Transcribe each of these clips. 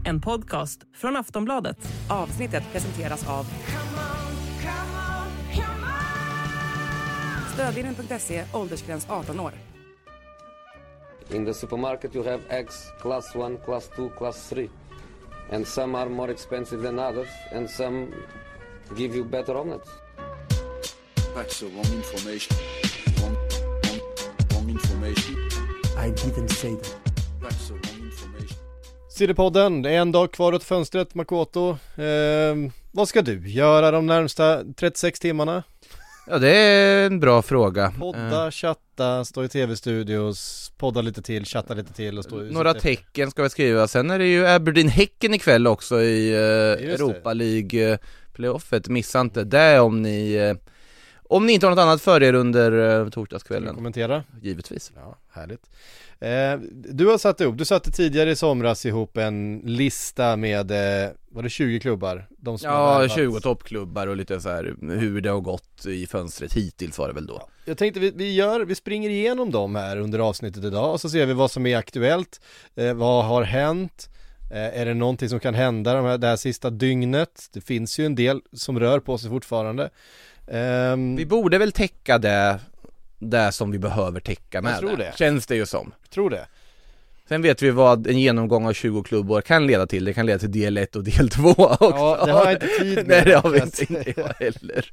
En podcast från Aftonbladet. Avsnittet presenteras av Stödvinnen.se, åldersgräns 18 år. In the supermarket you have eggs class 1, class 2, class 3. And some are more expensive than others and some give you better omelets. That's the wrong information. Wrong information. I didn't say that. That's the wrong information. Sillypodden, det är en dag kvar åt fönstret, Makoto. Vad ska du göra de närmsta 36 timmarna? Ja, det är en bra fråga. Podda, chatta, stå i tv-studios, podda lite till, chatta lite till och stå i... Några tecken ska vi skriva. Sen är det ju Aberdeen-Häcken ikväll också i Europa League playoffet. Missa inte det om ni inte har något annat för er under torsdagskvällen. Kommentera? Givetvis. Ja, härligt. Du satte tidigare i somras ihop en lista med, var det 20 klubbar? De som ja, 20 toppklubbar och lite så här hur det har gått i fönstret hittills var det väl då. Ja. Jag tänkte vi springer igenom dem här under avsnittet idag och så ser vi vad som är aktuellt, vad har hänt, är det någonting som kan hända det här sista dygnet? Det finns ju en del som rör på sig fortfarande. Vi borde väl täcka det som vi behöver täcka med. Jag tror det. Känns det ju som. Jag tror det. Sen vet vi vad en genomgång av 20 klubbar kan leda till. Det kan leda till del 1 och del 2 också. Ja, det har jag inte tid med. Nej, det har vi inte jag heller.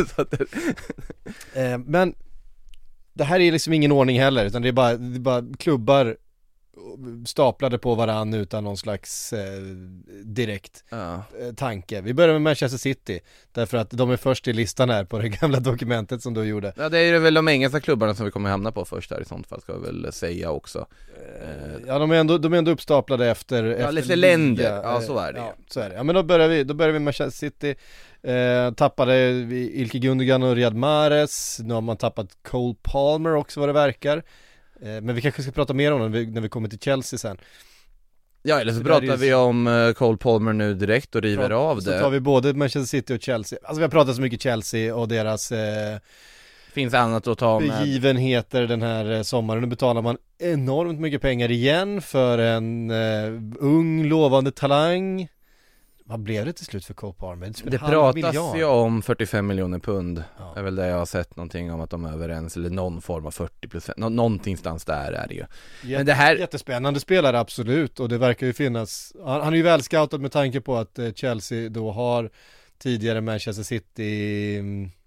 Men det här är liksom ingen ordning heller, utan det är bara klubbar staplade på varann utan någon slags direkt tanke. Vi börjar med Manchester City därför att de är först i listan här på det gamla dokumentet som du gjorde. Ja, det är väl de engelska klubbarna som vi kommer hamna på först här i sånt fall, ska vi väl säga också. Ja, de är ändå uppstaplade efter lite länder. Ja, så är det. Ja, så är det. Ja, men då börjar vi med Manchester City. Tappade Ilkay Gundogan och Riyad Mahrez. Nu har man tappat Cole Palmer också vad det verkar. Men vi kanske ska prata mer om det när vi kommer till Chelsea sen. Ja, eller så pratar vi om Cole Palmer nu direkt och river av det. Så tar vi både Manchester City och Chelsea. Alltså vi har pratat så mycket Chelsea och deras finns annat att ta med begivenheter den här sommaren. Nu betalar man enormt mycket pengar igen för en ung lovande talang. Vad blev det till slut för Cole Palmer? Det pratas ju om 45 miljoner pund. Ja. Det är väl det jag har sett någonting om att de är överens. Eller någon form av 40%. Någontingstans där är det ju. Men det här... Jättespännande spelare, absolut. Och det verkar ju finnas... Han är ju väl scoutad med tanke på att Chelsea då har tidigare Manchester City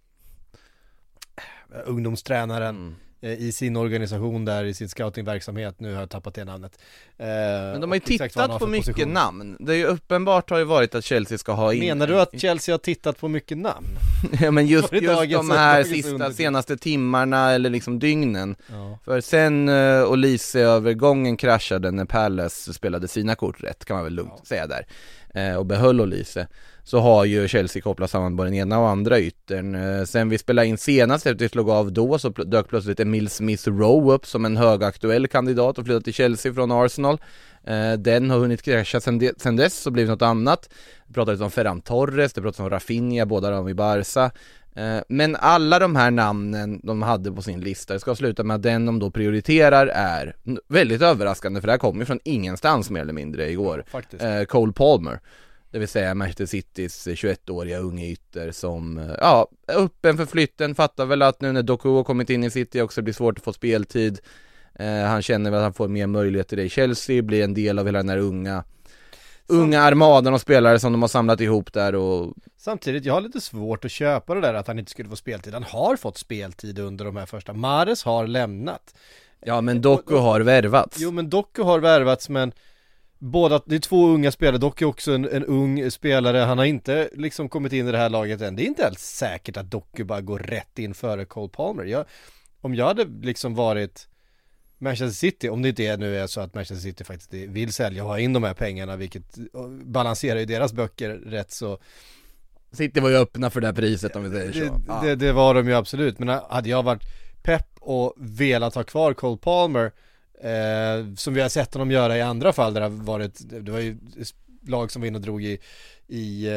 ungdomstränaren i sin organisation där, i sin scoutingverksamhet. Nu har jag tappat det namnet. Men de har ju tittat på mycket namn. Det är ju uppenbart har ju varit att Chelsea ska ha in... Menar du att Chelsea har tittat på mycket namn? Ja, men just de här senaste timmarna eller liksom dygnen. Ja. För sen Olise-övergången kraschade när Palace spelade sina kort rätt, kan man väl lugnt säga där. Och behöll Olise. Så har ju Chelsea kopplat samman både den ena och andra yttern. Sen vi spelade in senast efter vi slog av då så dök plötsligt Emil Smith Rowe upp som en högaktuell kandidat och flyttat till Chelsea från Arsenal. Den har hunnit krascha sen dess så blev det något annat. Det pratades om Ferran Torres, det pratades om Rafinha, båda de i Barca. Men alla de här namnen de hade på sin lista, det ska sluta med att den de då prioriterar är väldigt överraskande, för det här kommer ju från ingenstans mer eller mindre igår. Cole Palmer. Det vill säga Manchester Citys 21-åriga unga ytter som är öppen för flytten, fattar väl att nu när Doku har kommit in i City också blir svårt att få speltid. Han känner väl att han får mer möjligheter i Chelsea, blir en del av hela den här unga armadan och spelare som de har samlat ihop där. Och... Samtidigt, jag har lite svårt att köpa det där att han inte skulle få speltid. Han har fått speltid under de här första. Mahrez har lämnat. Ja, men Doku har värvats. Jo, men Doku har värvats, men det är två unga spelare. Doku är också en ung spelare. Han har inte liksom kommit in i det här laget än. Det är inte alls säkert att Doku bara går rätt in före Cole Palmer. Om jag hade liksom varit Manchester City, om det inte nu är så att Manchester City faktiskt vill sälja och ha in de här pengarna, vilket balanserar ju deras böcker rätt så. City var ju öppna för det här priset om vi säger så. Det var de ju absolut, men hade jag varit pepp och velat ha kvar Cole Palmer, som vi har sett honom göra i andra fall där det var ju lag som var in och drog i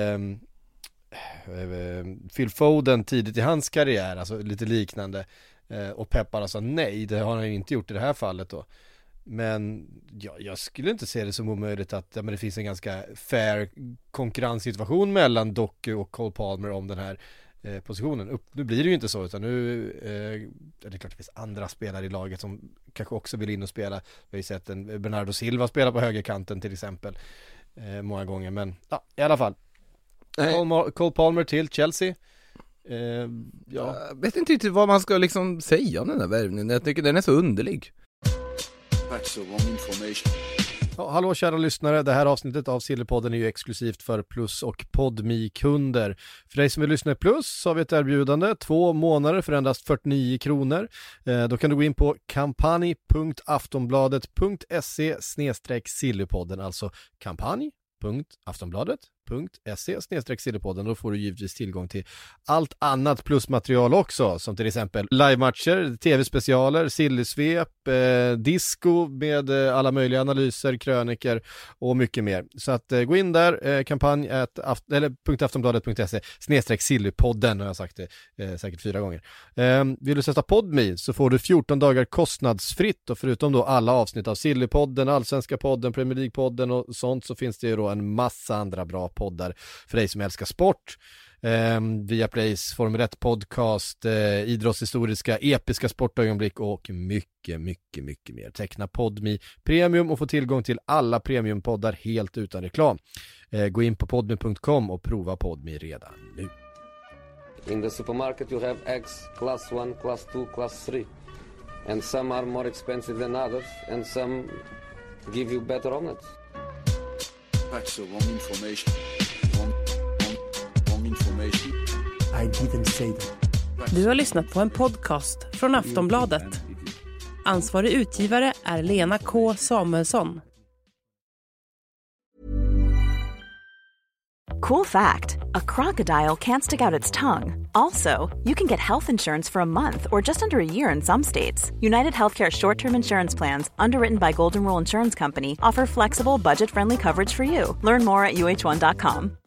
Phil Foden tidigt i hans karriär, alltså lite liknande, och Pep bara sa nej, det har han inte gjort i det här fallet då. Men jag skulle inte se det som omöjligt att men det finns en ganska fair konkurrenssituation mellan Doku och Cole Palmer om den här positionen. Nu blir det ju inte så, utan nu det är klart det finns andra spelare i laget som kanske också vill in och spela. Vi har ju sett en Bernardo Silva spela på högerkanten till exempel många gånger, men ja, i alla fall Cole Palmer till Chelsea. Jag vet inte riktigt vad man ska liksom säga om den där värvningen. Jag tycker den är så underlig. Ja, hallå kära lyssnare, det här avsnittet av Sillypodden är ju exklusivt för Plus och Podme-kunder. För dig som vill lyssna i Plus så har vi ett erbjudande, 2 månader för endast 49 kronor. Då kan du gå in på kampanj.aftonbladet.se/Sillypodden, alltså kampanj.aftonbladet.se/Sillypodden. Då får du givetvis tillgång till allt annat plusmaterial också, som till exempel livematcher, tv-specialer, sillysvep, disco med alla möjliga analyser, kröniker och mycket mer. Så att gå in där, kampanj.aftonbladet.se/Sillypodden, har jag sagt det säkert 4 gånger. Vill du sätta Podme så får du 14 dagar kostnadsfritt, och förutom då alla avsnitt av Sillypodden, Allsvenska podden, Premier League-podden och sånt, så finns det ju då en massa andra bra poddar för dig som älskar sport. Viaplays Formel 1 podcast, idrottshistoriska, episka sportögonblick och mycket, mycket, mycket mer. Teckna Podme Premium och få tillgång till alla premiumpoddar helt utan reklam. Gå in på podme.com och prova Podme redan nu. In the supermarket you have eggs class 1, class 2, class 3. And some are more expensive than others, and some give you better omelets. That's the wrong information. Wrong information. I didn't say that. Du har lyssnat på en podcast från Aftonbladet. Ansvarig utgivare är Lena K. Samuelsson. Cool fact, a crocodile can't stick out its tongue. Also, you can get health insurance for a month or just under a year in some states. United Healthcare short-term insurance plans, underwritten by Golden Rule Insurance Company, offer flexible, budget-friendly coverage for you. Learn more at uh1.com.